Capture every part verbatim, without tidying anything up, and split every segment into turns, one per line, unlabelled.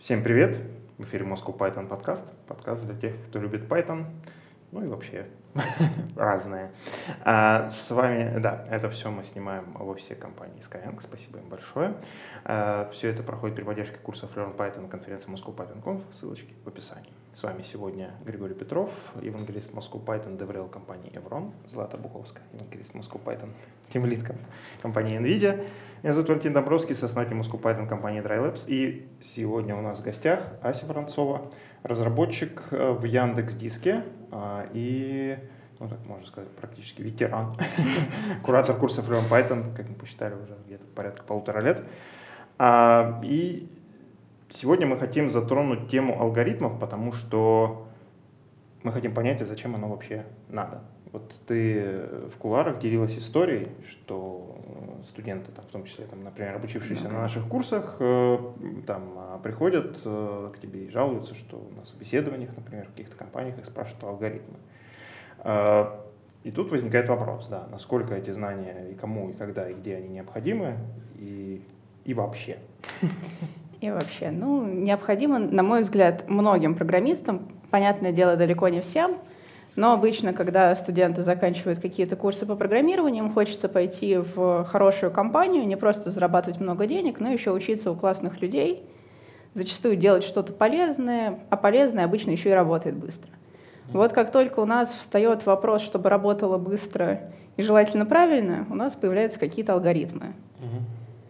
Всем привет! В эфире Moscow Python подкаст. Подкаст для тех, кто любит Python, ну и вообще разное. А, с вами, да, это все мы снимаем в офисе компании Skyeng. Спасибо им большое. А, все это проходит при поддержке курсов Learn Python на конференции Moscow Python Conf. Ссылочки в описании. С вами сегодня Григорий Петров, евангелист Moscow Python, деврел компании Evron, Злата Буховская, евангелист Moscow Python, тимлид компании NVIDIA. Меня зовут Валентин Домбровский, сооснователь Moscow Python компании Dry Labs. И сегодня у нас в гостях Ася Воронцова, разработчик в Яндекс.Диске и, ну так можно сказать, практически ветеран, куратор курсов Learn Python, как мы посчитали, уже где-то порядка полутора лет. И сегодня мы хотим затронуть тему алгоритмов, потому что мы хотим понять, а зачем оно вообще надо. Вот ты в кулуарах делилась историей, что студенты, там, в том числе, там, например, обучившиеся mm-hmm. на наших курсах, там, приходят к тебе и жалуются, что на собеседованиях, например, в каких-то компаниях их спрашивают про алгоритмы. И тут возникает вопрос, да, насколько эти знания и кому, и когда, и где они необходимы, и, и вообще.
И вообще, ну, необходимо, на мой взгляд, многим программистам, понятное дело, далеко не всем, но обычно, когда студенты заканчивают какие-то курсы по программированию, им хочется пойти в хорошую компанию, не просто зарабатывать много денег, но еще учиться у классных людей, зачастую делать что-то полезное, а полезное обычно еще и работает быстро. Вот как только у нас встает вопрос, чтобы работало быстро и желательно правильно, у нас появляются какие-то алгоритмы. Угу.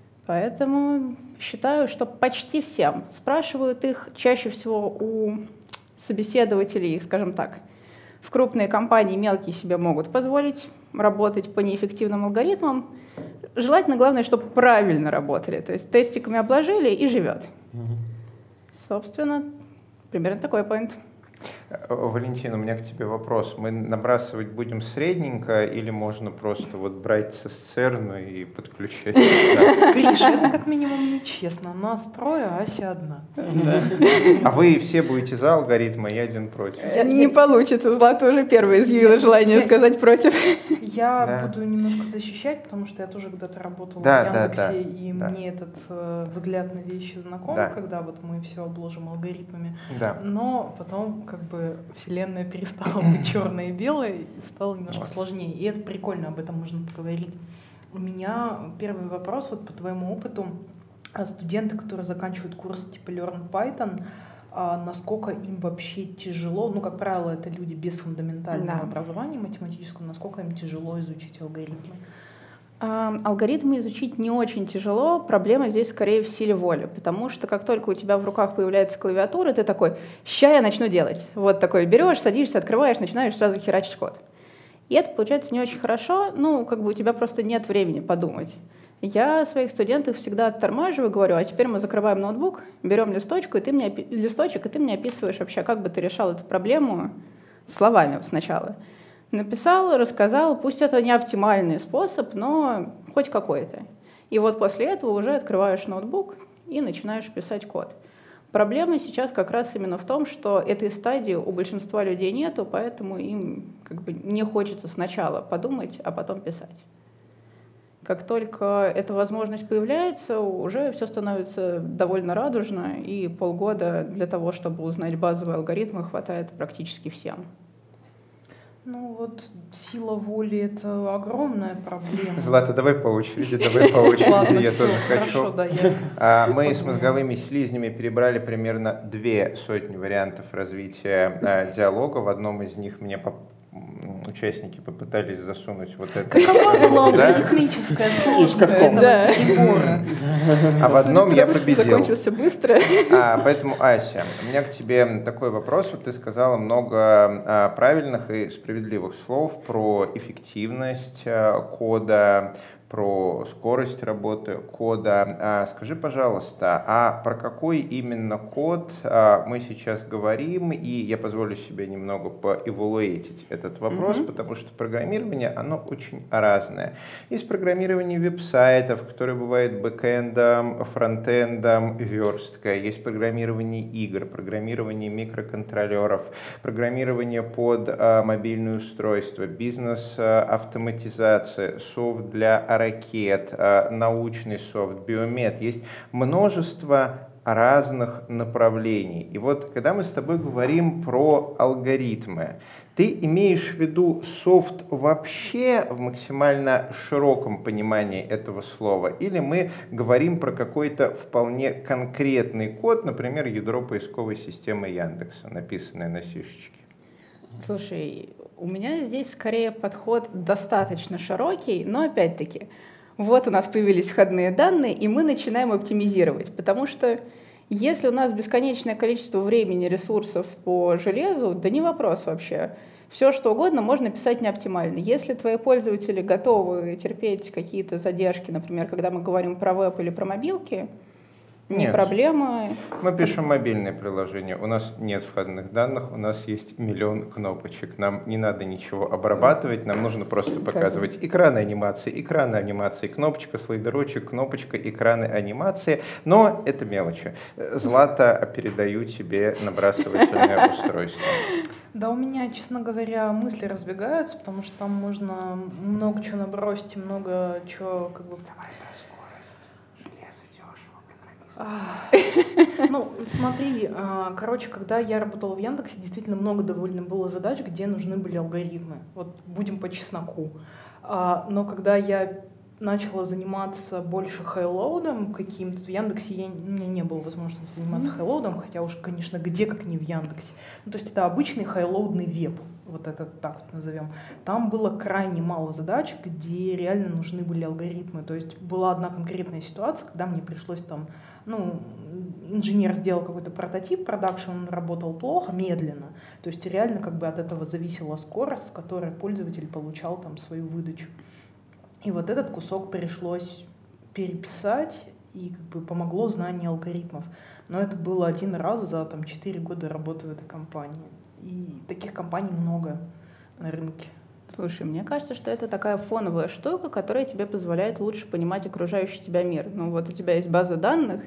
Поэтому считаю, что почти всем спрашивают их чаще всего у собеседователей, скажем так. В крупные компании мелкие себе могут позволить работать по неэффективным алгоритмам. Желательно, главное, чтобы правильно работали. То есть тестиками обложили и живет. Угу. Собственно, примерно такой поинт.
Валентин, у меня к тебе вопрос. Мы набрасывать будем средненько или можно просто вот брать со сцерну и подключать?
Гриша, это как минимум нечестно. Нас трое, а Ася одна.
А вы все будете за алгоритмы, я один против.
Не получится. Злата уже первая изъявила желание сказать против.
Я буду немножко защищать, потому что я тоже когда-то работала в Яндексе, и мне этот взгляд на вещи знаком, когда вот мы все обложим алгоритмами. Но потом как бы вселенная перестала быть черной и белой, и стало немножко вот. сложнее. И это прикольно, об этом можно поговорить. У меня первый вопрос, вот по твоему опыту, студенты, которые заканчивают курс типа Learn Python, а насколько им вообще тяжело, ну, как правило, это люди без фундаментального да. образования математического, насколько им тяжело изучить алгоритмы?
Алгоритмы изучить не очень тяжело, проблема здесь скорее в силе воли, потому что как только у тебя в руках появляется клавиатура, ты такой, ща я начну делать. Вот такой берешь, садишься, открываешь, начинаешь сразу херачить код. И это получается не очень хорошо, ну, как бы у тебя просто нет времени подумать. Я своих студентов всегда оттормаживаю, говорю, а теперь мы закрываем ноутбук, берем листочку, и ты мне, листочек, и ты мне описываешь вообще, как бы ты решал эту проблему словами сначала. Написал, рассказал, пусть это не оптимальный способ, но хоть какой-то. И вот после этого уже открываешь ноутбук и начинаешь писать код. Проблема сейчас как раз именно в том, что этой стадии у большинства людей нету, поэтому им как бы не хочется сначала подумать, а потом писать. Как только эта возможность появляется, уже все становится довольно радужно, и полгода для того, чтобы узнать базовые алгоритмы, хватает практически всем.
Ну вот сила воли — это огромная проблема.
Злата, давай по очереди, давай по очереди,
Ладно,
я
все,
тоже
хорошо,
хочу.
Да, я
а, мы с мозговыми слизнями перебрали примерно две сотни вариантов развития а, диалога. В одном из них мне по участники попытались засунуть вот это.
Какова была алгоритмическая сложность этого
да.
прибора?
А в одном я победил.
Закончился быстро.
А, поэтому, Ася, у меня к тебе такой вопрос. Вот ты сказала много а, правильных и справедливых слов про эффективность а, кода, про скорость работы кода. А, скажи, пожалуйста, а про какой именно код а, мы сейчас говорим? И я позволю себе немного поэволюэтить этот вопрос, mm-hmm. потому что программирование, оно очень разное. Есть программирование веб-сайтов, которое бывает бэкэндом, фронтендом, версткой. Есть программирование игр, программирование микроконтроллеров, программирование под а, мобильные устройства, бизнес-автоматизация, софт для ракет, научный софт, биомед. Есть множество разных направлений. И вот когда мы с тобой говорим про алгоритмы, ты имеешь в виду софт вообще в максимально широком понимании этого слова, или мы говорим про какой-то вполне конкретный код, например, ядро поисковой системы Яндекса, написанное на сишечке?
Слушай, у меня здесь скорее подход достаточно широкий, но опять-таки, вот у нас появились входные данные, и мы начинаем оптимизировать, потому что если у нас бесконечное количество времени, ресурсов по железу, да не вопрос вообще. Все, что угодно можно писать неоптимально. Если твои пользователи готовы терпеть какие-то задержки, например, когда мы говорим про веб или про мобилки, не
нет.
проблема.
Мы пишем мобильное приложение, у нас нет входных данных, у нас есть миллион кнопочек. Нам не надо ничего обрабатывать, нам нужно просто показывать экраны анимации, экраны анимации, кнопочка, слайдерочек, кнопочка, экраны анимации. Но это мелочи. Злата, передаю тебе набрасывательное устройство.
Да, у меня, честно говоря, мысли разбегаются, потому что там можно много чего набросить, много чего как бы... Ну, смотри, короче, когда я работала в Яндексе, действительно много довольно было задач, где нужны были алгоритмы. Вот будем по чесноку. Но когда я начала заниматься больше хайлоудом каким-то, в Яндексе я, у меня не было возможности заниматься хайлоудом, хотя уж, конечно, где как не в Яндексе. Ну, то есть это обычный хайлоудный веб, вот это так вот назовем. Там было крайне мало задач, где реально нужны были алгоритмы. То есть была одна конкретная ситуация, когда мне пришлось там, ну, инженер сделал какой-то прототип, продакшн, он работал плохо, медленно. То есть реально как бы от этого зависела скорость, с которой пользователь получал там свою выдачу. И вот этот кусок пришлось переписать, и как бы помогло знание алгоритмов. Но это было один раз за там, четыре года работы в этой компании. И таких компаний много на рынке.
Слушай, мне кажется, что это такая фоновая штука, которая тебе позволяет лучше понимать окружающий тебя мир. Ну вот у тебя есть база данных,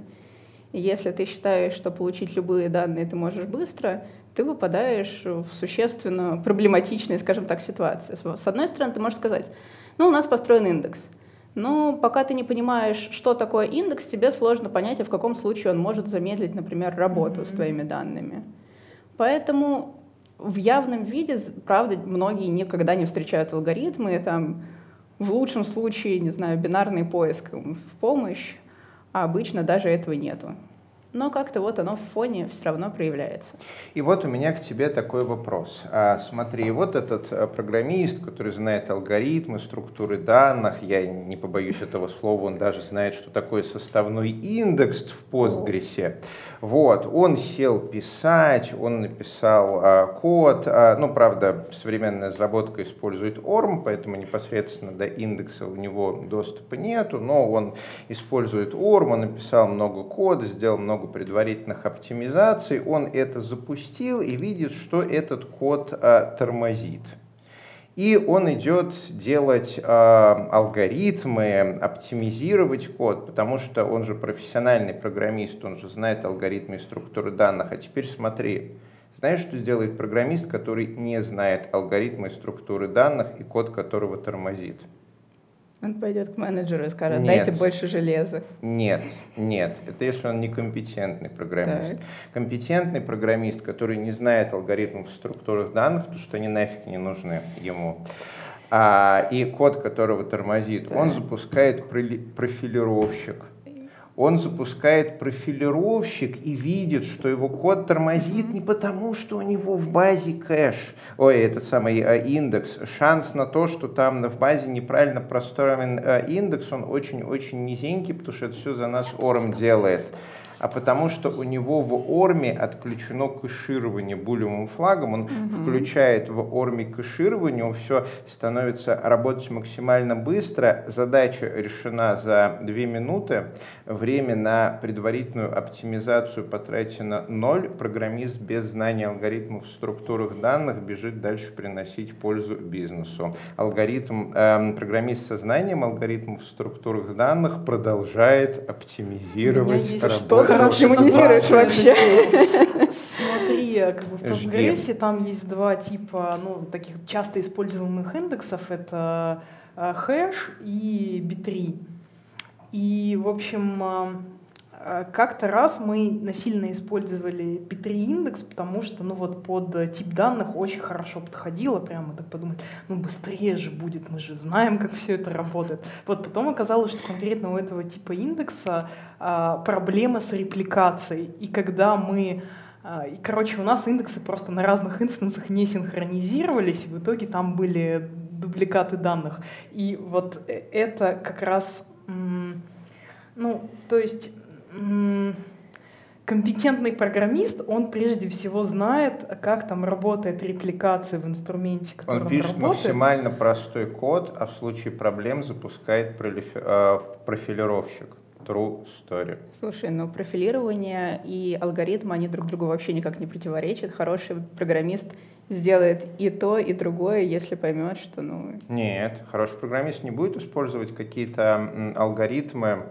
и если ты считаешь, что получить любые данные ты можешь быстро, ты выпадаешь в существенно проблематичные, скажем так, ситуации. С одной стороны, ты можешь сказать, ну, у нас построен индекс. Но пока ты не понимаешь, что такое индекс, тебе сложно понять, а в каком случае он может замедлить, например, работу mm-hmm. с твоими данными. Поэтому в явном виде, правда, многие никогда не встречают алгоритмы. Там, в лучшем случае, не знаю, бинарный поиск в помощь, а обычно даже этого нету. Но как-то вот оно в фоне все равно проявляется.
И вот у меня к тебе такой вопрос. А, смотри, вот этот а, программист, который знает алгоритмы, структуры данных, я не побоюсь этого слова, он даже знает, что такое составной индекс в Postgres. Вот, он сел писать, он написал а, код, а, ну, правда, современная разработка использует орм, поэтому непосредственно до индекса у него доступа нету, но он использует орм, он написал много кода, сделал много предварительных оптимизаций, он это запустил и видит, что этот код а, тормозит. И он идет делать э, алгоритмы, оптимизировать код, потому что он же профессиональный программист, он же знает алгоритмы и структуры данных. А теперь смотри, знаешь, что сделает программист, который не знает алгоритмы и структуры данных и код которого тормозит?
Он пойдет к менеджеру и скажет, дайте больше железа.
Нет, нет. Это если он некомпетентный программист.
Так.
Компетентный программист, который не знает алгоритмов в структурах данных, потому что они нафиг не нужны ему, а, и код которого тормозит, так. он запускает профилировщик. Он запускает профилировщик и видит, что его код тормозит не потому, что у него в базе кэш, ой, это самый э, индекс. Шанс на то, что там в базе неправильно простроен э, индекс, он очень-очень низенький, потому что это все за нас орм делает. А потому что у него в орме отключено кэширование булевым флагом, он mm-hmm. включает в орме кэширование, он все становится работать максимально быстро, задача решена за две минуты, время на предварительную оптимизацию потрачено ноль, программист без знания алгоритмов в структурах данных бежит дальше приносить пользу бизнесу. Алгоритм, э, программист со знанием алгоритмов в структурах данных продолжает оптимизировать работу.
Хорошо монетируешь вообще.
Смотри, как бы в Postgres там есть два типа, ну, таких часто используемых индексов. Это хэш и би три. И, в общем, как-то раз мы насильно использовали пи три индекс, потому что ну вот под тип данных очень хорошо подходило, прямо так подумать, ну быстрее же будет, мы же знаем, как все это работает. Вот потом оказалось, что конкретно у этого типа индекса а, проблема с репликацией. И когда мы а, и, короче, у нас индексы просто на разных инстансах не синхронизировались, и в итоге там были дубликаты данных. И вот это как раз, ну, то есть компетентный программист, он прежде всего знает, как там работает репликация в инструменте, который
он пишет
работает.
Максимально простой код, а в случае проблем запускает профилировщик. True story.
Слушай, ну профилирование и алгоритм, они друг другу вообще никак не противоречат. Хороший программист сделает и то, и другое, если поймет, что ну...
Нет, хороший программист не будет использовать какие-то алгоритмы,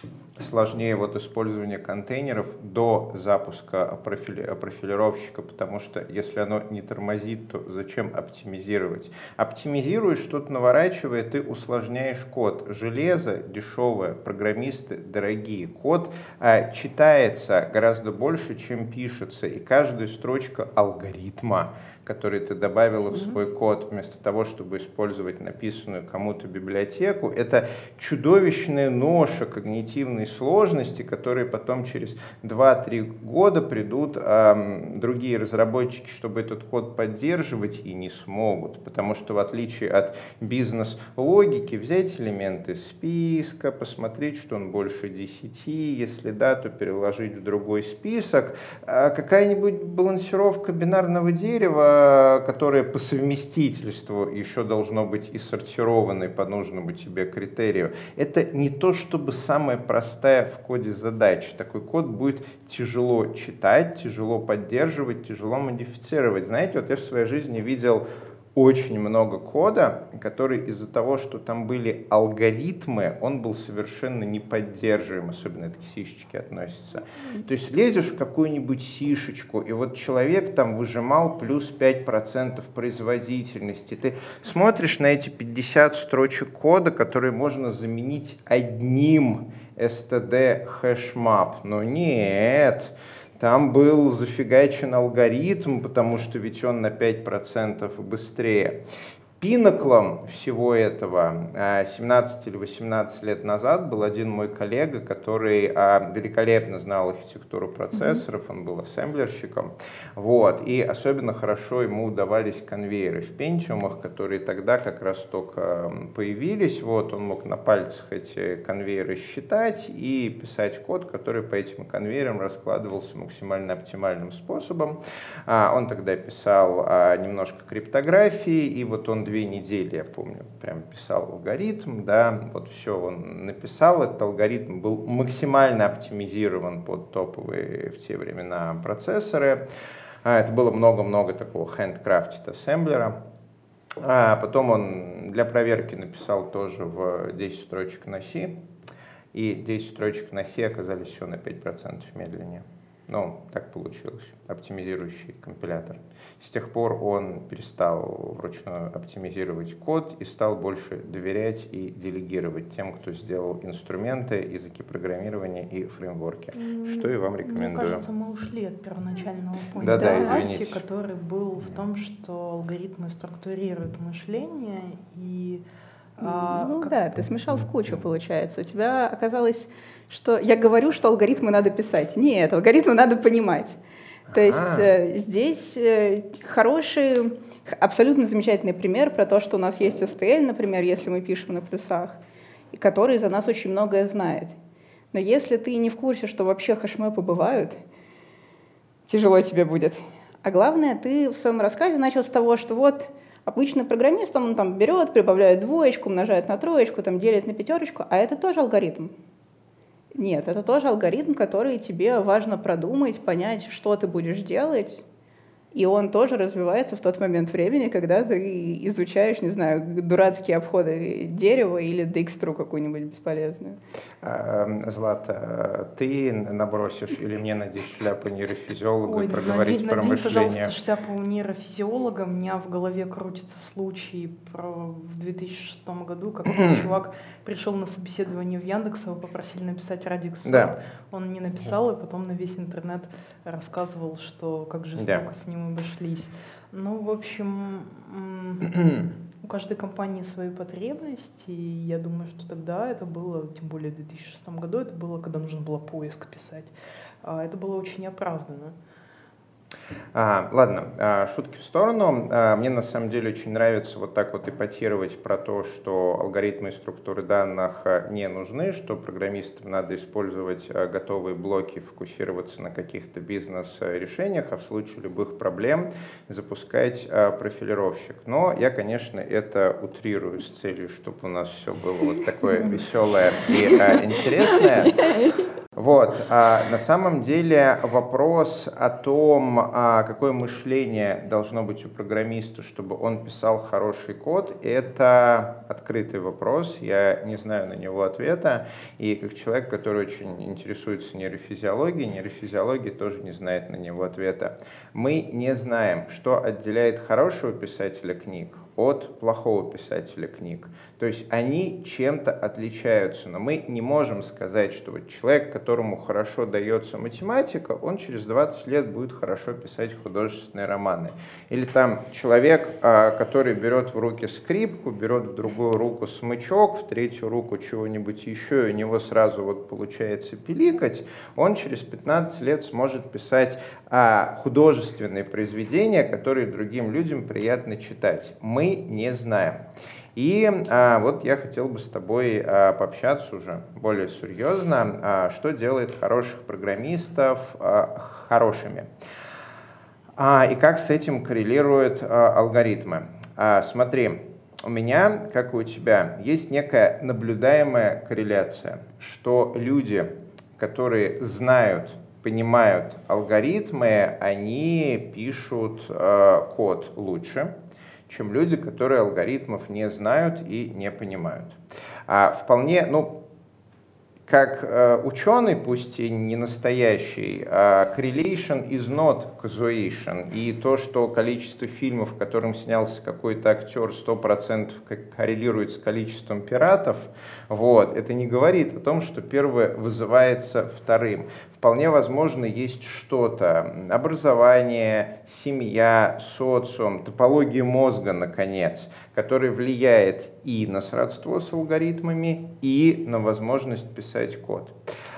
сложнее вот использование контейнеров до запуска профили, профилировщика, потому что если оно не тормозит, то зачем оптимизировать? Оптимизируешь, что-то наворачивая, ты усложняешь код. Железо дешевое, программисты дорогие. Код а, читается гораздо больше, чем пишется, и каждая строчка алгоритма, который ты добавила в свой код, вместо того, чтобы использовать написанную кому-то библиотеку, это чудовищная ноша когнитивной сложности, которые потом через два-три года придут э, другие разработчики, чтобы этот код поддерживать, и не смогут. Потому что в отличие от бизнес-логики, взять элементы списка, посмотреть, что он больше десяти, если да, то переложить в другой список. А какая-нибудь балансировка бинарного дерева, которое по совместительству еще должно быть и сортированной по нужному тебе критерию, это не то чтобы самая простая в коде задача. Такой код будет тяжело читать, тяжело поддерживать, тяжело модифицировать. Знаете, вот я в своей жизни видел очень много кода, который из-за того, что там были алгоритмы, он был совершенно неподдерживаем, особенно это к сишечке относится. То есть лезешь в какую-нибудь сишечку, и вот человек там выжимал плюс пять процентов производительности. Ты смотришь на эти пятьдесят строчек кода, которые можно заменить одним эс ти ди хэшмап. Но нет. Там был зафигачен алгоритм, потому что ведь он на пять процентов быстрее. Пинаклом всего этого семнадцать или восемнадцать лет назад был один мой коллега, который великолепно знал архитектуру процессоров, он был ассемблерщиком. Вот. И особенно хорошо ему удавались конвейеры в пентиумах, которые тогда как раз только появились. Вот. Он мог на пальцах эти конвейеры считать и писать код, который по этим конвейерам раскладывался максимально оптимальным способом. Он тогда писал немножко криптографии, и вот он две недели, я помню, прям писал алгоритм, да, вот все он написал, этот алгоритм был максимально оптимизирован под топовые в те времена процессоры, это было много-много такого handcrafted ассемблера, а потом он для проверки написал тоже в десять строчек на C, и десять строчек на C оказались все на пять процентов медленнее. Ну, так получилось, оптимизирующий компилятор. С тех пор он перестал вручную оптимизировать код и стал больше доверять и делегировать тем, кто сделал инструменты, языки программирования и фреймворки, mm, что и вам рекомендую.
Мне кажется, мы ушли от первоначального поинта
да,
Аси, который был в том, что алгоритмы структурируют мышление и...
А, ну как... да, ты смешал в кучу, получается. У тебя оказалось... что я говорю, что алгоритмы надо писать. Нет, алгоритмы надо понимать. То есть э, здесь э, хороший, абсолютно замечательный пример про то, что у нас есть эс ти эль, например, если мы пишем на плюсах, который за нас очень многое знает. Но если ты не в курсе, что вообще хэшмэпы бывают, тяжело тебе будет. А главное, ты в своем рассказе начал с того, что вот обычный программист, он там берет, прибавляет двоечку, умножает на троечку, там делит на пятерочку, а это тоже алгоритм. Нет, это тоже алгоритм, который тебе важно продумать, понять, что ты будешь делать, И он тоже развивается в тот момент времени, когда ты изучаешь, не знаю, дурацкие обходы дерева или дикстру какую-нибудь бесполезную.
Злата, ты набросишь или мне надеть шляпу нейрофизиолога
Ой,
и проговорить
надень,
про
надень,
мышление?
пожалуйста, шляпу нейрофизиолога. У меня в голове крутится случай про в две тысячи шестом году, как чувак пришел на собеседование в Яндекс, его попросили написать радикс.
Да.
Он не написал, и потом на весь интернет рассказывал, что как жестоко
Да.
с ним обошлись. Ну, в общем, у каждой компании свои потребности, и я думаю, что тогда это было, тем более в две тысячи шестом году, это было, когда нужно было поиск писать. Это было очень оправданно.
А, ладно, а, шутки в сторону. А, мне на самом деле очень нравится вот так вот эпатировать про то, что алгоритмы и структуры данных не нужны, что программистам надо использовать готовые блоки, фокусироваться на каких-то бизнес-решениях, а в случае любых проблем запускать а, профилировщик. Но я, конечно, это утрирую с целью, чтобы у нас все было вот такое веселое и а, интересное. Вот, а на самом деле вопрос о том, а, какое мышление должно быть у программиста, чтобы он писал хороший код, это открытый вопрос, я не знаю на него ответа, и как человек, который очень интересуется нейрофизиологией, нейрофизиология тоже не знает на него ответа. Мы не знаем, что отделяет хорошего писателя книг от плохого писателя книг. То есть они чем-то отличаются, но мы не можем сказать, что вот человек, которому хорошо дается математика, он через двадцать лет будет хорошо писать художественные романы. Или там человек, который берет в руки скрипку, берет в другую руку смычок, в третью руку чего-нибудь еще, и у него сразу вот получается пиликать, он через пятнадцать лет сможет писать художественные произведения, которые другим людям приятно читать. Мы не знаем. И а, вот я хотел бы с тобой а, пообщаться уже более серьезно, а, что делает хороших программистов а, хорошими. А, и как с этим коррелируют а, алгоритмы. А, смотри, у меня, как и у тебя, есть некая наблюдаемая корреляция, что люди, которые знают, понимают алгоритмы, они пишут э, код лучше, чем люди, которые алгоритмов не знают и не понимают. А вполне, ну, как э, ученый, пусть и не настоящий, э, correlation is not causation. И то, что количество фильмов, в котором снялся какой-то актер, сто процентов коррелирует с количеством пиратов, вот, это не говорит о том, что первое вызывается вторым. Вполне возможно, есть что-то, образование, семья, социум, топология мозга, наконец, который влияет и на сродство с алгоритмами, и на возможность писать код.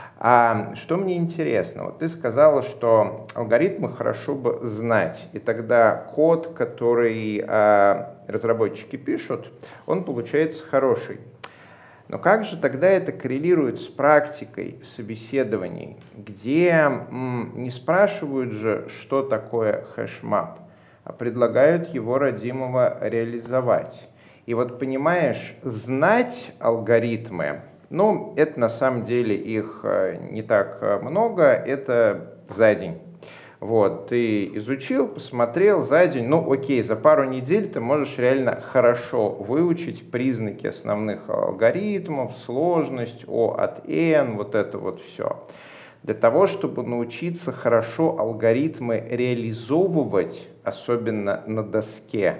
А что мне интересно, вот ты сказала, что алгоритмы хорошо бы знать, и тогда код, который а, разработчики пишут, он получается хороший. Но как же тогда это коррелирует с практикой собеседований, где м, не спрашивают же, что такое хэшмап, а предлагают его родимого реализовать. И вот понимаешь, знать алгоритмы, ну, это на самом деле их не так много, это за день. Вот, ты изучил, посмотрел за день, ну окей, за пару недель ты можешь реально хорошо выучить признаки основных алгоритмов, сложность, O от N, вот это вот все. Для того, чтобы научиться хорошо алгоритмы реализовывать, особенно на доске,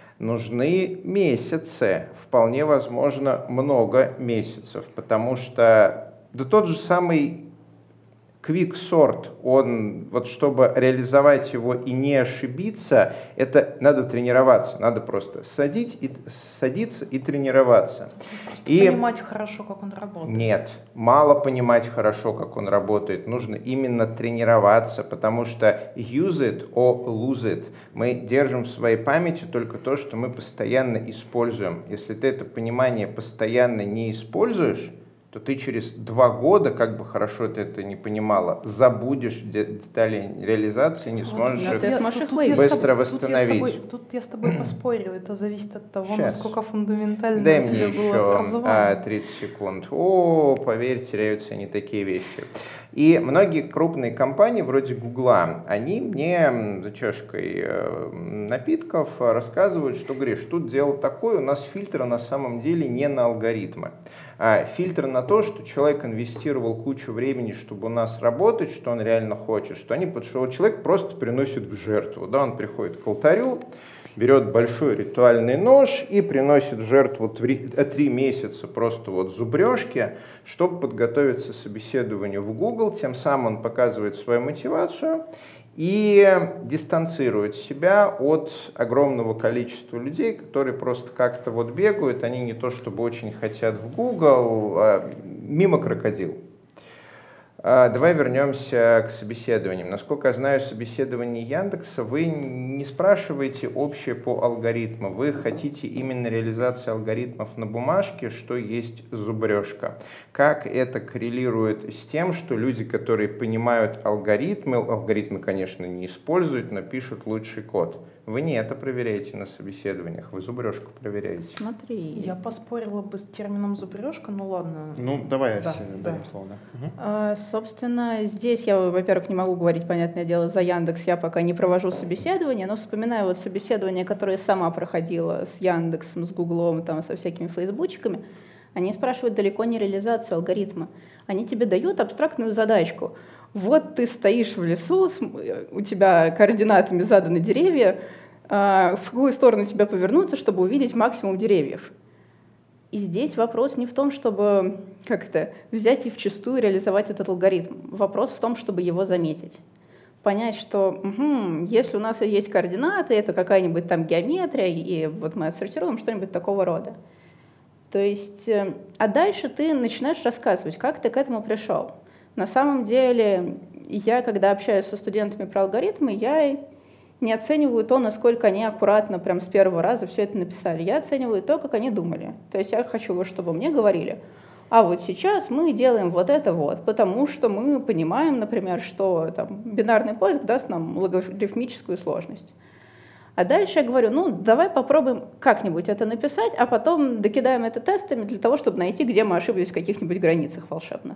нужны месяцы, вполне возможно много месяцев, потому что да тот же самый Quicksort, он, вот чтобы реализовать его и не ошибиться, это надо тренироваться, надо просто садить и, садиться и тренироваться.
Просто и понимать хорошо, как он работает.
Нет, мало понимать хорошо, как он работает, нужно именно тренироваться, потому что use it or lose it. Мы держим в своей памяти только то, что мы постоянно используем. Если ты это понимание постоянно не используешь, то ты через два года, как бы хорошо ты это не понимала, забудешь детали реализации, не сможешь вот, их
тут, тут
быстро
тобой,
восстановить.
Тут я, тобой, тут я с тобой поспорю, это зависит от того, Сейчас. насколько фундаментально
Дай
у тебя
мне
было
еще
образование.
тридцать секунд. О, поверь, теряются не такие вещи. И многие крупные компании, вроде Гугла, они мне за чашкой напитков рассказывают, что, Гриш, тут дело такое, у нас фильтр на самом деле не на алгоритмы. А фильтр на то, что человек инвестировал кучу времени, чтобы у нас работать, что он реально хочет, что, они, что человек просто приносит в жертву. Да, он приходит к алтарю, берет большой ритуальный нож и приносит в жертву три, три месяца просто вот зубрежки, чтобы подготовиться к собеседованию в Google. Тем самым он показывает свою мотивацию и дистанцирует себя от огромного количества людей, которые просто как-то вот бегают, они не то чтобы очень хотят в Google, а мимо крокодил. Давай вернемся к собеседованиям. Насколько я знаю, собеседование Яндекса вы не спрашиваете общее по алгоритму, вы хотите именно реализации алгоритмов на бумажке, что есть зубрежка. Как это коррелирует с тем, что люди, которые понимают алгоритмы, алгоритмы, конечно, не используют, но пишут лучший код. Вы не это проверяете на собеседованиях, вы зубрежку проверяете.
Смотри.
Я поспорила бы с термином зубрежка, ну ладно.
Ну, давай
да,
я
да.
дам слово. Да. Угу.
А, собственно, здесь я, во-первых, не могу говорить, понятное дело, за Яндекс, я пока не провожу собеседование, но вспоминаю вот собеседование, которое я сама проходила с Яндексом, с Гуглом, там, со всякими фейсбучиками. Они спрашивают далеко не реализацию алгоритма. Они тебе дают абстрактную задачку. Вот ты стоишь в лесу, у тебя координатами заданы деревья, в какую сторону тебя повернуться, чтобы увидеть максимум деревьев. И здесь вопрос не в том, чтобы как это, взять и вчистую реализовать этот алгоритм. Вопрос в том, чтобы его заметить. Понять, что угу, если у нас есть координаты, это какая-нибудь там геометрия, и вот мы отсортируем что-нибудь такого рода. То есть, а дальше ты начинаешь рассказывать, как ты к этому пришел. На самом деле, я, когда общаюсь со студентами про алгоритмы, я не оцениваю то, насколько они аккуратно прям с первого раза все это написали. Я оцениваю то, как они думали. То есть я хочу, чтобы мне говорили, а вот сейчас мы делаем вот это вот, потому что мы понимаем, например, что там, бинарный поиск даст нам логарифмическую сложность. А дальше я говорю, ну, давай попробуем как-нибудь это написать, а потом докидаем это тестами для того, чтобы найти, где мы ошиблись в каких-нибудь границах волшебных.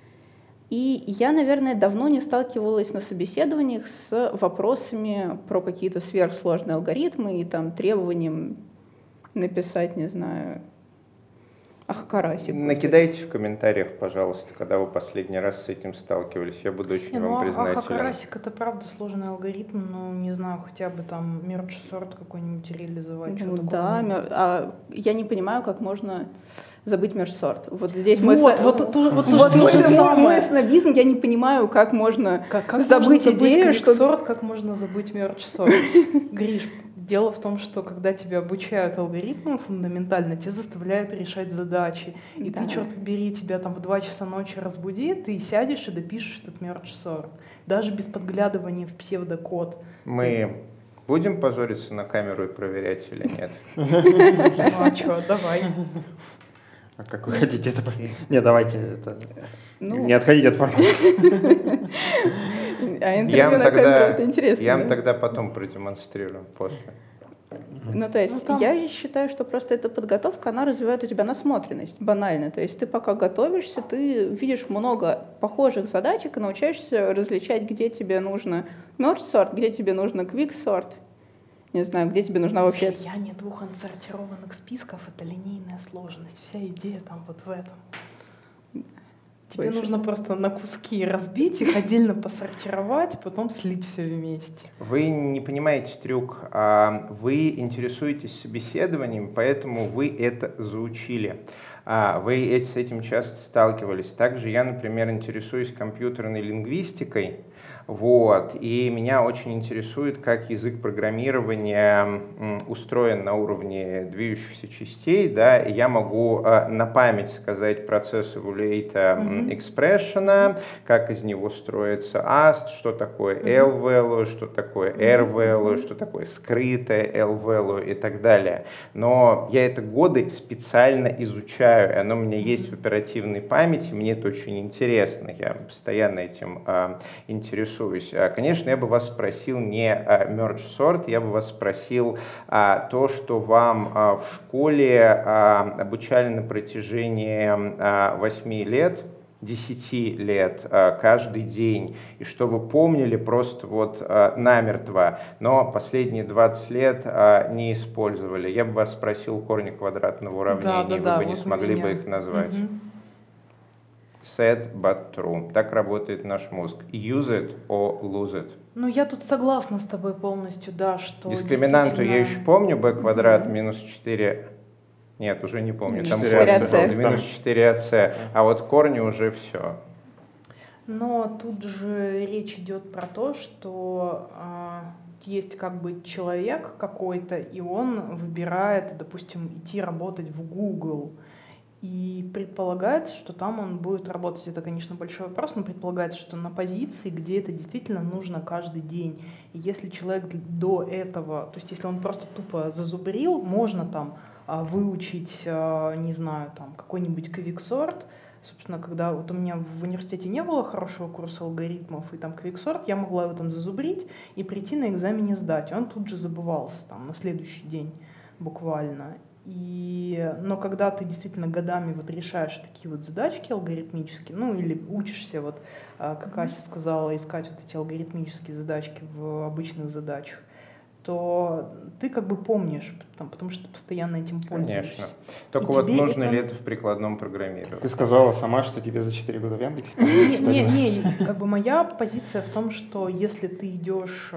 И я, наверное, давно не сталкивалась на собеседованиях с вопросами про какие-то сверхсложные алгоритмы и там требованием написать, не знаю, ах, карасик.
Накидайте в комментариях, пожалуйста, когда вы последний раз с этим сталкивались. Я буду очень не, вам ну, признателен.
Ах, карасик — это правда сложный алгоритм, но не знаю, хотя бы там merge sort какой-нибудь реализовать.
Ну, да, мер... а я не понимаю, как можно забыть merge sort. Вот здесь
вот,
мы...
Вот, вот, вот,
вот то же самое. Снобизм, я не понимаю, как можно
как, как
забыть
можно
идею,
что... Sort, как можно забыть merge sort. Гриш, дело в том, что когда тебя обучают алгоритмам фундаментально, тебя заставляют решать задачи. И да. ты, черт побери, тебя там в два часа ночи разбудит, ты сядешь и допишешь этот merge sort. Даже без подглядывания в псевдокод.
Мы будем позориться на камеру и проверять или нет?
Ну а что, давай.
А как вы хотите это? Не, давайте это. Ну... Не отходите от формата.
А интервью на камеру — это интересно.
Я вам тогда потом продемонстрирую после.
Ну, то есть, ну, там... я считаю, что просто эта подготовка, она развивает у тебя насмотренность, банально. То есть, ты пока готовишься, ты видишь много похожих задачек и научаешься различать, где тебе нужно merge sort, где тебе нужно quick sort. Не знаю, где тебе нужна вообще...
Слияние двух отсортированных списков — это линейная сложность. Вся идея там вот в этом. Тебе Больше. нужно просто на куски разбить их, отдельно посортировать, потом слить все вместе.
Вы не понимаете трюк, а вы интересуетесь собеседованием, поэтому вы это заучили. Вы с этим часто сталкивались. Также я, например, интересуюсь компьютерной лингвистикой. Вот. И меня очень интересует, как язык программирования устроен на уровне движущихся частей. Да? И я могу э, на память сказать процесс evaluate mm-hmm. expression, как из него строится ast, что такое L-value, что такое R-value, mm-hmm. что такое скрытое L-value и так далее. Но я это годы специально изучаю, и оно у меня есть в оперативной памяти, мне это очень интересно, я постоянно этим э, интересуюсь. Конечно, я бы вас спросил не merge sort, я бы вас спросил а, то, что вам а, в школе а, обучали на протяжении восьми лет, десяти лет, каждый день, и чтобы помнили просто вот намертво, но последние двадцать лет не использовали. Я бы вас спросил корни квадратного уравнения, да, да, вы да, бы не вот смогли бы их назвать. Угу. Sad but true. Так работает наш мозг. Use it or lose it.
Ну, я тут согласна с тобой полностью, да, что
дискриминанту действительно... я еще помню, b квадрат угу. минус четыре. Нет, уже не помню. Там минус четыре а c. А вот корни уже все.
Но тут же речь идет про то, что э, есть как бы человек какой-то, и он выбирает, допустим, идти работать в Google. И предполагается, что там он будет работать. Это, конечно, большой вопрос, но предполагается, что на позиции, где это действительно нужно каждый день. И если человек до этого, то есть если он просто тупо зазубрил, можно там выучить, не знаю, там какой-нибудь квиксорт. Собственно, когда вот у меня в университете не было хорошего курса алгоритмов и там квиксорт, я могла его там зазубрить и прийти на экзамене сдать. Он тут же забывался там на следующий день буквально. И, но когда ты действительно годами вот решаешь такие вот задачки алгоритмические, ну или учишься, вот, как Ася сказала, искать вот эти алгоритмические задачки в обычных задачах, то ты как бы помнишь, там, потому что ты постоянно этим пользуешься.
Конечно. Только и вот нужно это... ли это в прикладном программировании?
Ты сказала сама, что тебе за четыре года в Яндексе?
Не, не, не, как бы моя позиция в том, что если ты идешь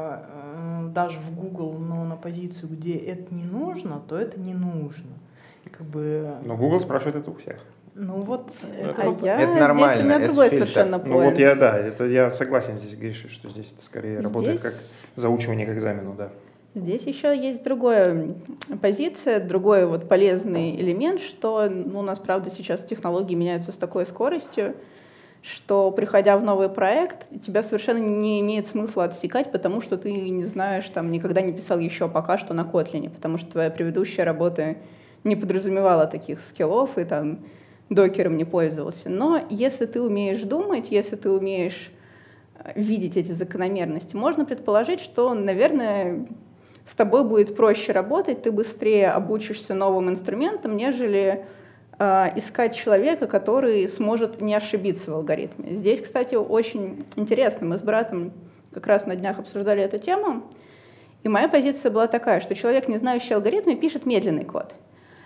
даже в Google, но на позицию, где это не нужно, то это не нужно. Как бы...
Но Google спрашивает это у всех.
Ну вот,
это, а я это нормально. Здесь у меня это другой фильтр. Совершенно поинт.
Ну вот я, да, это я согласен здесь, Гриша, что здесь это скорее здесь... работает как заучивание к экзамену, да.
Здесь еще есть другая позиция, другой вот полезный элемент, что ну, у нас, правда, сейчас технологии меняются с такой скоростью, что, приходя в новый проект, тебя совершенно не имеет смысла отсекать, потому что ты не знаешь, там, никогда не писал еще пока что на Kotlin, потому что твоя предыдущая работа не подразумевала таких скиллов и там докером не пользовался. Но если ты умеешь думать, если ты умеешь видеть эти закономерности, можно предположить, что, наверное, с тобой будет проще работать, ты быстрее обучишься новым инструментам, нежели э, искать человека, который сможет не ошибиться в алгоритме. Здесь, кстати, очень интересно. Мы с братом как раз на днях обсуждали эту тему, и моя позиция была такая, что человек, не знающий алгоритмы, пишет медленный код.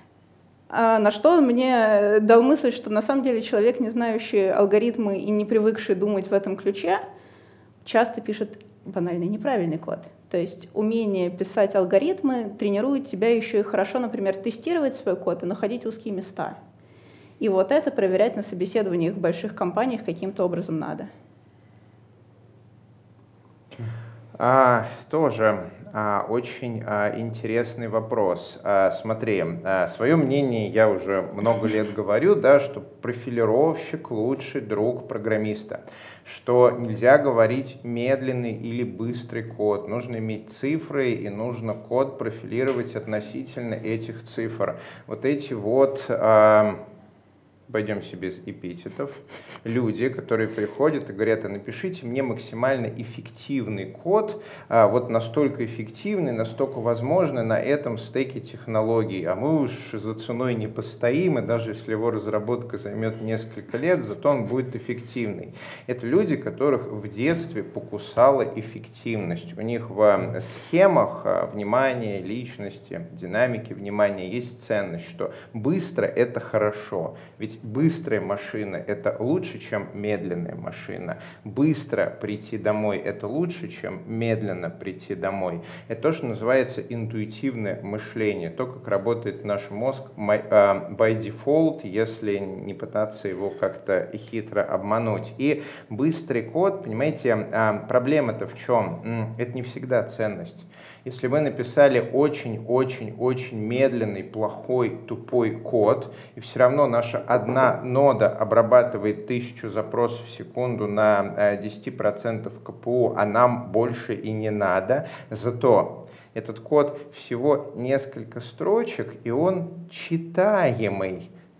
А на что он мне дал мысль, что на самом деле человек, не знающий алгоритмы и не привыкший думать в этом ключе, часто пишет банальный неправильный код. То есть умение писать алгоритмы тренирует тебя еще и хорошо, например, тестировать свой код и находить узкие места. И вот это проверять на собеседованиях в больших компаниях каким-то образом надо.
А, тоже а, очень а, интересный вопрос. А, смотри, а, свое мнение я уже много лет говорю, да, что профилировщик лучший друг программиста, что нельзя говорить медленный или быстрый код, нужно иметь цифры и нужно код профилировать относительно этих цифр. Вот эти вот... А, обойдемся без эпитетов, люди, которые приходят и говорят, а напишите мне максимально эффективный код, а, вот настолько эффективный, настолько возможный на этом стеке технологий, а мы уж за ценой не постоим, и даже если его разработка займет несколько лет, зато он будет эффективный. Это люди, которых в детстве покусала эффективность. У них в схемах внимания, личности, динамики внимания есть ценность, что быстро — это хорошо, ведь быстрая машина — это лучше, чем медленная машина. Быстро прийти домой — это лучше, чем медленно прийти домой. Это то, что называется интуитивное мышление, то, как работает наш мозг by default, если не пытаться его как-то хитро обмануть. И быстрый код, понимаете, проблема-то в чем? Это не всегда ценность. Если вы написали очень-очень-очень медленный, плохой, тупой код, и все равно наша одна нода обрабатывает тысячу запросов в секунду на десять процентов ка пэ у, а нам больше и не надо, зато этот код всего несколько строчек, и он читаемый.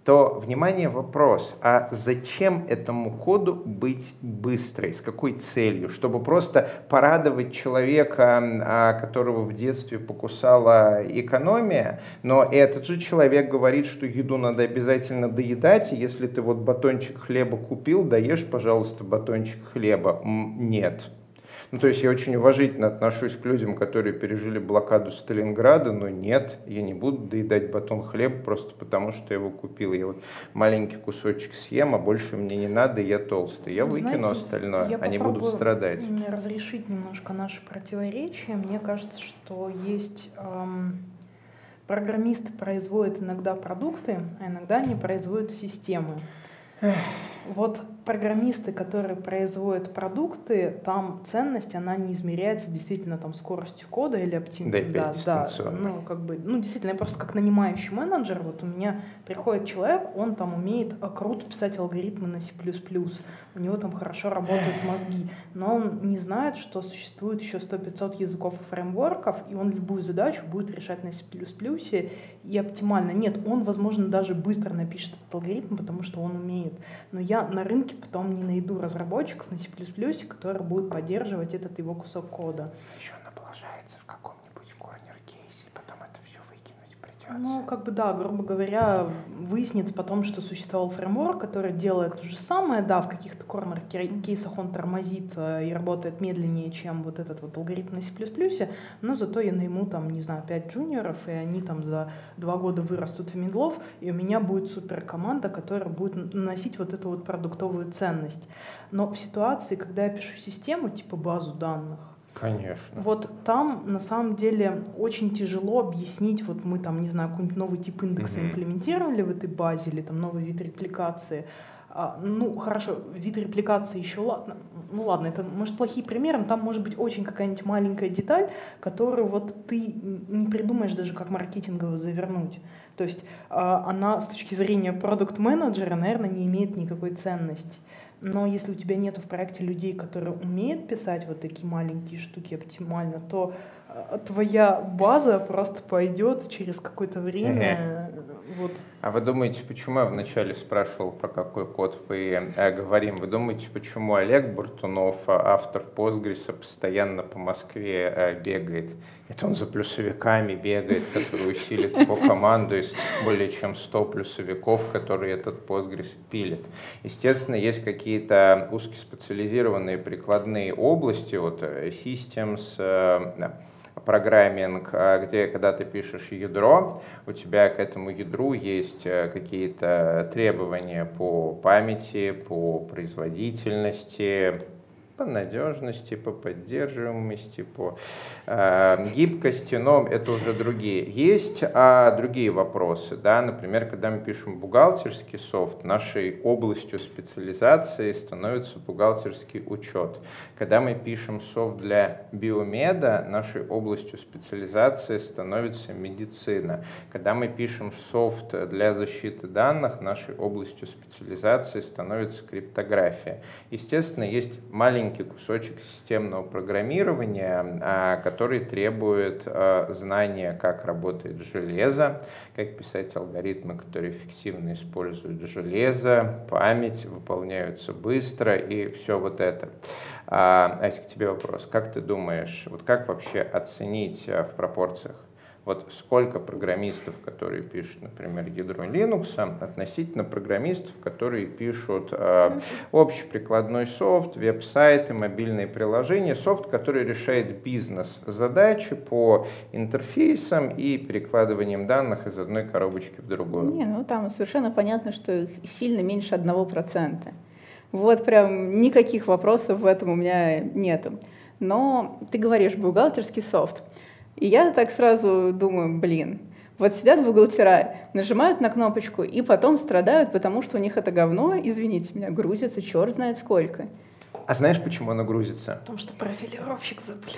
то, внимание, вопрос, а зачем этому коду быть быстрой, с какой целью? Чтобы просто порадовать человека, которого в детстве покусала экономия, но этот же человек говорит, что еду надо обязательно доедать, и если ты вот батончик хлеба купил, доешь, пожалуйста, батончик хлеба. Нет. Ну, то есть я очень уважительно отношусь к людям, которые пережили блокаду Сталинграда, но нет, я не буду доедать батон хлеба просто потому, что я его купил. Я вот маленький кусочек съем, а больше мне не надо, и я толстый. Я выкину Знаете, остальное, они будут страдать.
Разрешить немножко наши противоречия. Мне кажется, что есть... Эм... Программисты производят иногда продукты, а иногда они производят системы. Вот программисты, которые производят продукты, там ценность, она не измеряется действительно там скоростью кода или оптимизацией.
Да,
да, да, ну, как бы, ну, действительно, я просто как нанимающий менеджер, вот у меня приходит человек, он там умеет круто писать алгоритмы на C++, у него там хорошо работают мозги, но он не знает, что существует еще сто-пятьсот языков и фреймворков, и он любую задачу будет решать на C++ и оптимально. Нет, он, возможно, даже быстро напишет этот алгоритм, потому что он умеет. Но я на рынке потом не найду разработчиков на C++, которые будут поддерживать этот его кусок кода.
Еще он облажается в каком-нибудь корнер-кейсе, потом это все выкинуть придется.
Ну, как бы да, грубо говоря, выяснится потом, что существовал фреймворк, который делает то же самое, да, в каких-то корнер-кейсах он тормозит и работает медленнее, чем вот этот вот алгоритм на C++, но зато я найму там, не знаю, пять джуниоров, и они там за два года вырастут в мидлов, и у меня будет суперкоманда, которая будет наносить вот эту вот продуктовую ценность. Но в ситуации, когда я пишу систему, типа базу данных,
Конечно.
вот там, на самом деле, очень тяжело объяснить, вот мы там, не знаю, какой-нибудь новый тип индекса mm-hmm. имплементировали в этой базе, или там новый вид репликации. А, ну, хорошо, вид репликации еще ладно, ну ладно, это, может, плохие примеры, но там может быть очень какая-нибудь маленькая деталь, которую вот ты не придумаешь даже, как маркетингово завернуть. То есть а, она с точки зрения продукт-менеджера, наверное, не имеет никакой ценности. Но если у тебя нет в проекте людей, которые умеют писать вот такие маленькие штуки оптимально, то твоя база просто пойдет через какое-то время. Вот.
А вы думаете, почему я вначале спрашивал, про какой код мы э, говорим? Вы думаете, почему Олег Буртунов, автор Postgres, постоянно по Москве э, бегает? Это он за плюсовиками бегает, который усилит его команду из более чем сто плюсовиков, которые этот Postgres пилит. Естественно, есть какие-то узкоспециализированные прикладные области, вот Systems, э, программинг, где, когда ты пишешь ядро, у тебя к этому ядру есть какие-то требования по памяти, по производительности, по надежности, по поддерживаемости, по э, гибкости, но это уже другие. Есть а, другие вопросы, да, например, когда мы пишем бухгалтерский софт, нашей областью специализации становится бухгалтерский учет. Когда мы пишем софт для биомеда, нашей областью специализации становится медицина. Когда мы пишем софт для защиты данных, нашей областью специализации становится криптография. Естественно, есть маленький кусочек системного программирования, который требует знания, как работает железо, как писать алгоритмы, которые эффективно используют железо, память, выполняются быстро и все вот это. Ася, к тебе вопрос. Как ты думаешь, вот как вообще оценить в пропорциях? Вот сколько программистов, которые пишут, например, ядро Linux, относительно программистов, которые пишут э, общеприкладной софт, веб-сайты, мобильные приложения, софт, который решает бизнес-задачи по интерфейсам и перекладыванием данных из одной коробочки в другую?
Не, ну там совершенно понятно, что их сильно меньше одного процента. Вот прям никаких вопросов в этом у меня нету. Но ты говоришь бухгалтерский софт. И я так сразу думаю, блин, вот сидят бухгалтера, нажимают на кнопочку и потом страдают, потому что у них это говно, извините меня, грузится черт знает сколько.
А знаешь, почему оно грузится?
Потому что профилировщик забыл.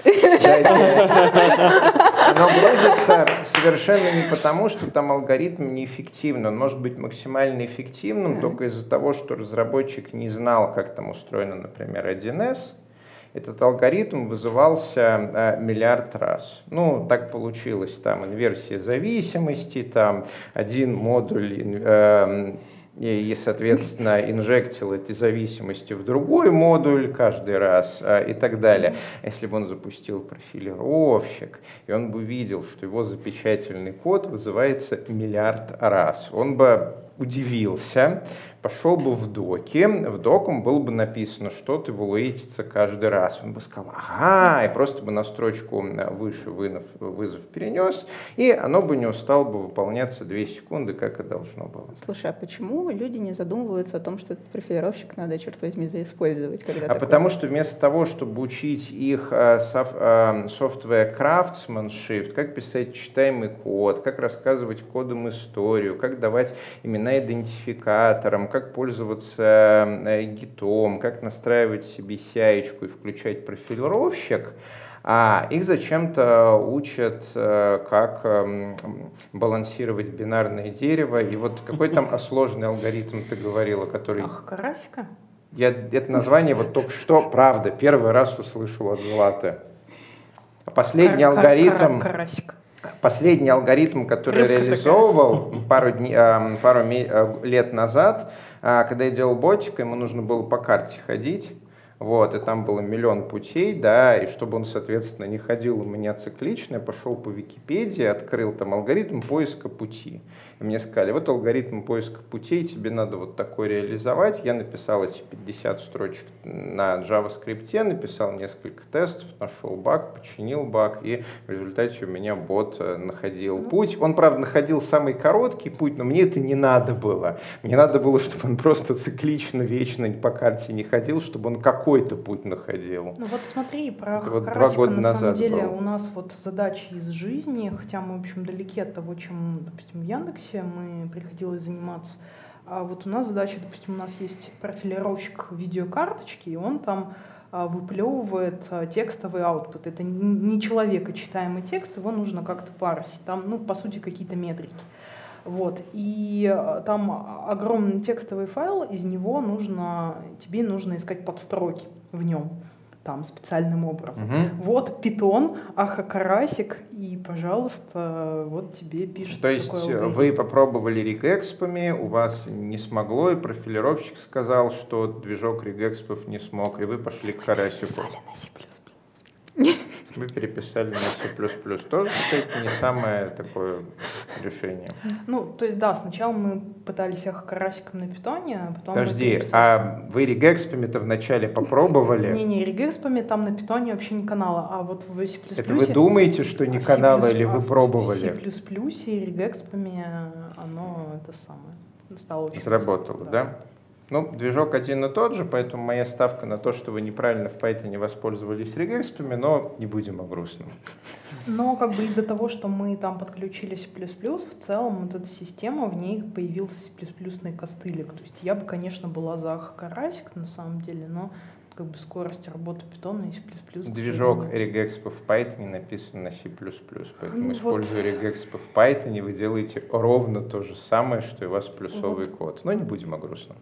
Оно грузится совершенно не потому, что там алгоритм неэффективный. Он может быть максимально эффективным только из-за того, что разработчик не знал, как там устроено, например, один эс. этот алгоритм вызывался э, миллиард раз. Ну, так получилось, там инверсия зависимости, там один модуль э, и, соответственно, инжектил эти зависимости в другой модуль каждый раз э, и так далее. Если бы он запустил профилировщик, и он бы видел, что его запечатательный код вызывается миллиард раз, он бы удивился, пошел бы в доки, в доком было бы написано, что ты эвалуэйтится каждый раз. Он бы сказал, ага, и просто бы на строчку выше вынов, вызов перенес, и оно бы не устало бы выполняться две секунды, как и должно было.
Слушай, а почему люди не задумываются о том, что этот профилировщик надо, черт возьми, заиспользовать? Когда
а
такое?
Потому что вместо того, чтобы учить их software craftsmanship, как писать читаемый код, как рассказывать кодом историю, как давать имена идентификаторам, как пользоваться гитом, как настраивать себе си ай-очку и включать профилировщик, а их зачем-то учат, как балансировать бинарное дерево. И вот какой там сложный алгоритм ты говорила, который...
Ах, карасика?
Я это название вот только что, правда, первый раз услышал от Златы. Последний кар- алгоритм... Кар-
карасик.
Последний алгоритм, который
Рыбка
реализовывал
такая.
пару, дней, пару лет назад, когда я делал ботика, ему нужно было по карте ходить. Вот, и там было миллион путей, да, и чтобы он, соответственно, не ходил у меня циклично, я пошел по Википедии, открыл там алгоритм поиска пути. И мне сказали, вот алгоритм поиска путей, тебе надо вот такой реализовать. Я написал эти пятьдесят строчек на JavaScript, написал несколько тестов, нашел баг, починил баг, и в результате у меня бот находил ну. путь. Он, правда, находил самый короткий путь, но мне это не надо было. Мне надо было, чтобы он просто циклично, вечно по карте не ходил, чтобы он какой-то путь находил.
Ну вот смотри, про
это вот
карасика,
два года
на
назад
самом деле
было.
У нас вот задачи из жизни, хотя мы, в общем, далеки от того, чем, допустим, в Яндексе мы приходилось заниматься. А вот у нас задача, допустим, у нас есть профилировщик видеокарточки, и он там а, выплевывает а, текстовый аутпут. Это не человекочитаемый текст, его нужно как-то парсить. Там, ну, по сути, какие-то метрики. Вот. И там огромный текстовый файл, из него нужно, тебе нужно искать подстроки в нем. Там специальным образом.
Угу.
Вот питон, аха, карасик, и, пожалуйста, вот тебе пишет.
То есть вы попробовали регэкспами, у вас не смогло, и профилировщик сказал, что движок регэкспов не смог, и вы пошли к карасику.
Переписали на си плюс плюс.
Вы переписали на си плюс плюс. Тоже, кстати, не самое такое решение.
Ну, то есть, да, сначала мы пытались ахо карасиком на питоне, а потом...
Подожди, а вы регэкспами-то вначале попробовали?
Не-не, регэкспами там на питоне вообще не канала, а вот в си плюс плюс...
Это вы думаете, что не канала, или вы пробовали?
В си плюс плюс и регэкспами оно это самое стало очень...
Сработало, да? да? Ну, движок один и тот же, поэтому моя ставка на то, что вы неправильно в Python воспользовались регэкспами, но не будем о грустном.
Но как бы из-за того, что мы там подключили си плюс плюс, в целом вот эта система, в ней появился си плюс плюс-ный костылик. То есть я бы, конечно, была за карасик на самом деле, но как бы скорость работы питона и си плюс плюс.
Движок регэкспа в Python написан на си плюс плюс, поэтому,
ну,
используя
вот.
регэкспа в Python, вы делаете ровно то же самое, что и у вас плюсовый вот. код. Но не будем о грустном.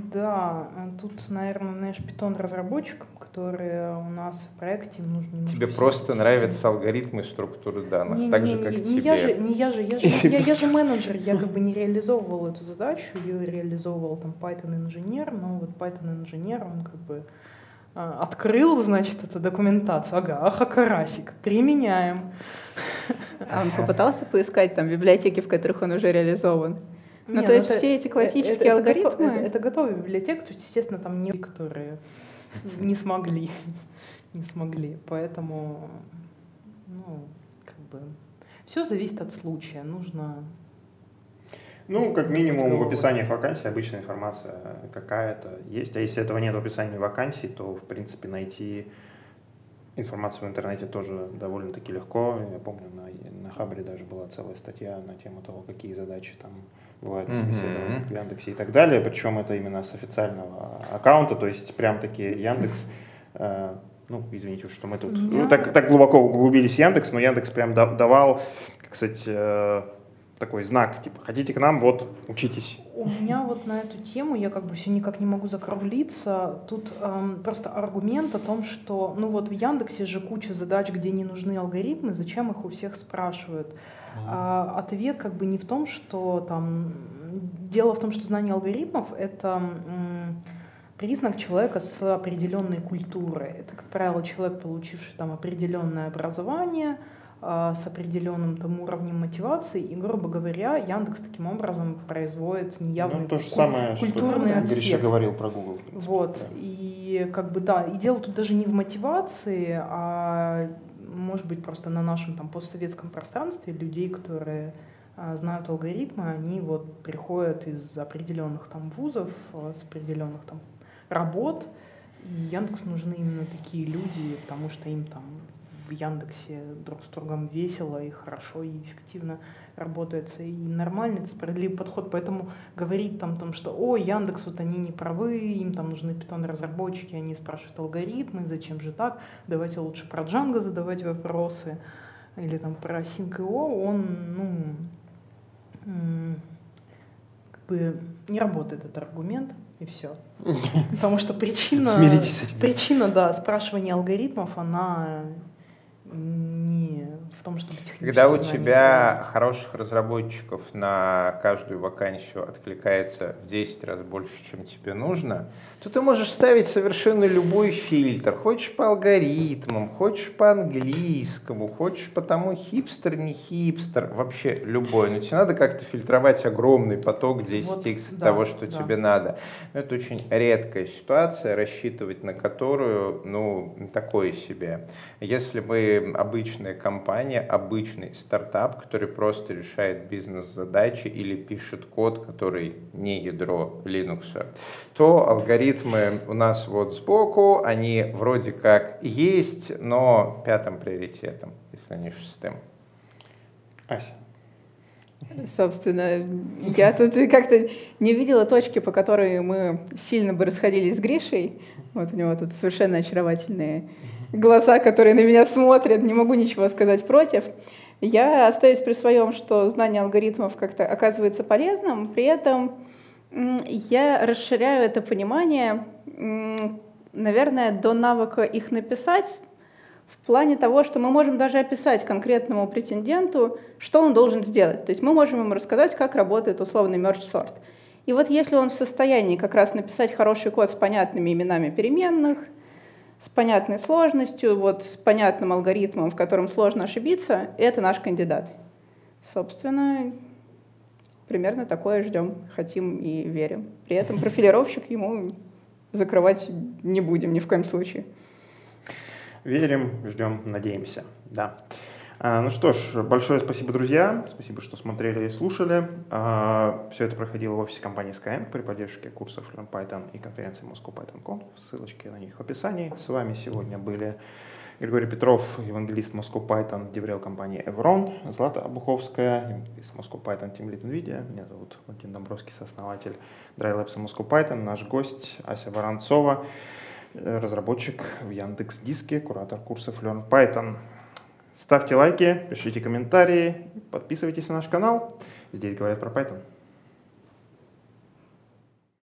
Да, тут, наверное, знаешь, питон-разработчикам, которые у нас в проекте, им нужно...
Тебе просто нравятся алгоритмы и структуры данных,
не,
так
не,
же,
не,
как
не
тебе.
Я же, не я же, я же, я, я же менеджер, я как бы не реализовывал эту задачу, ее реализовывал там Python-инженер, но вот Python-инженер, он как бы открыл, значит, эту документацию. Ага, аха, карасик, применяем.
А он попытался поискать там библиотеки, в которых он уже реализован? Ну,
Нет,
то есть
это,
все эти классические
это, это,
алгоритмы?
Это, это готовая библиотека, то есть, естественно, там не которые не смогли, не смогли, поэтому, ну, как бы, все зависит от случая, нужно...
Ну, как минимум в описаниях вакансий обычная информация какая-то есть, а если этого нет в описании вакансий, то, в принципе, найти информацию в интернете тоже довольно-таки легко. Я помню, на, на Хабре даже была целая статья на тему того, какие задачи там бывают в собеседованиях в Яндексе и так далее, причем это именно с официального аккаунта, то есть прям-таки Яндекс, э, ну, извините, что мы тут ну, так, так глубоко углубились в Яндекс, но Яндекс прям давал, кстати, э, такой знак, типа, хотите к нам, вот, учитесь.
У меня вот на эту тему, я как бы все никак не могу закруглиться, тут эм, просто аргумент о том, что, ну вот в Яндексе же куча задач, где не нужны алгоритмы, зачем их у всех спрашивают? Mm-hmm. А, ответ как бы не в том, что там, дело в том, что знание алгоритмов — это м, признак человека с определенной культурой. Это, как правило, человек, получивший там определенное образование, с определенным там уровнем мотивации, и, грубо говоря, Яндекс таким образом производит неявный
ну, то же
куль-
самое,
культурный
что
отсев.
Гриша говорил про Google. В принципе,
вот,
да.
И как бы да, и дело тут даже не в мотивации, а может быть просто на нашем там постсоветском пространстве людей, которые а, знают алгоритмы, они вот приходят из определенных там вузов, с определенных там работ, и Яндекс нужны именно такие люди, потому что им там в Яндексе друг с другом весело и хорошо, и эффективно работается, и нормально, это справедливый подход. Поэтому говорить там, там что «О, Яндекс, вот они не правы, им там нужны питон-разработчики, они спрашивают алгоритмы, зачем же так, давайте лучше про Django задавать вопросы», или там про Async.io, он, ну, как бы не работает этот аргумент, и все. Потому что причина, причина, да, спрашивания алгоритмов, она не в том, чтобы технически
Когда у тебя делать. Хороших разработчиков на каждую вакансию откликается в десять раз больше, чем тебе нужно, то ты можешь ставить совершенно любой фильтр. Хочешь по алгоритмам, хочешь по английскому, хочешь по тому хипстер, не хипстер, вообще любой. Но тебе надо как-то фильтровать огромный поток десять икс вот, да, того, что да. тебе надо. Но это очень редкая ситуация, рассчитывать на которую, ну, такое себе. Если мы обычная компания, обычный стартап, который просто решает бизнес-задачи или пишет код, который не ядро Linux, то алгоритмы у нас вот сбоку, они вроде как есть, но пятым приоритетом, если не шестым.
Ася.
Собственно, я тут как-то не видела точки, по которой мы сильно бы расходились с Гришей. Вот у него тут совершенно очаровательные глаза, которые на меня смотрят, не могу ничего сказать против. Я остаюсь при своем, что знание алгоритмов как-то оказывается полезным, при этом я расширяю это понимание, наверное, до навыка их написать, в плане того, что мы можем даже описать конкретному претенденту, что он должен сделать. То есть мы можем ему рассказать, как работает условный merge sort. И вот если он в состоянии как раз написать хороший код с понятными именами переменных, с понятной сложностью, вот с понятным алгоритмом, в котором сложно ошибиться, это наш кандидат. Собственно, примерно такое ждем, хотим и верим. При этом профилировщик ему закрывать не будем ни в коем случае.
Верим, ждем, надеемся. Да. А, ну что ж, большое спасибо, друзья. Спасибо, что смотрели и слушали. А, все это проходило в офисе компании Skyeng при поддержке курсов Learn Python и конференции Moscow Python Conf. Ссылочки на них в описании. С вами сегодня были Григорий Петров, евангелист Moscow Python, деврел компании Evron, Злата Обуховская, евангелист Moscow Python, Team Lead NVIDIA. Меня зовут Валентин Домбровский, сооснователь Dry Labs и Moscow Python. Наш гость Ася Воронцова, разработчик в Яндекс.Диске, куратор курсов Learn Python. Ставьте лайки, пишите комментарии, подписывайтесь на наш канал. Здесь говорят про Python.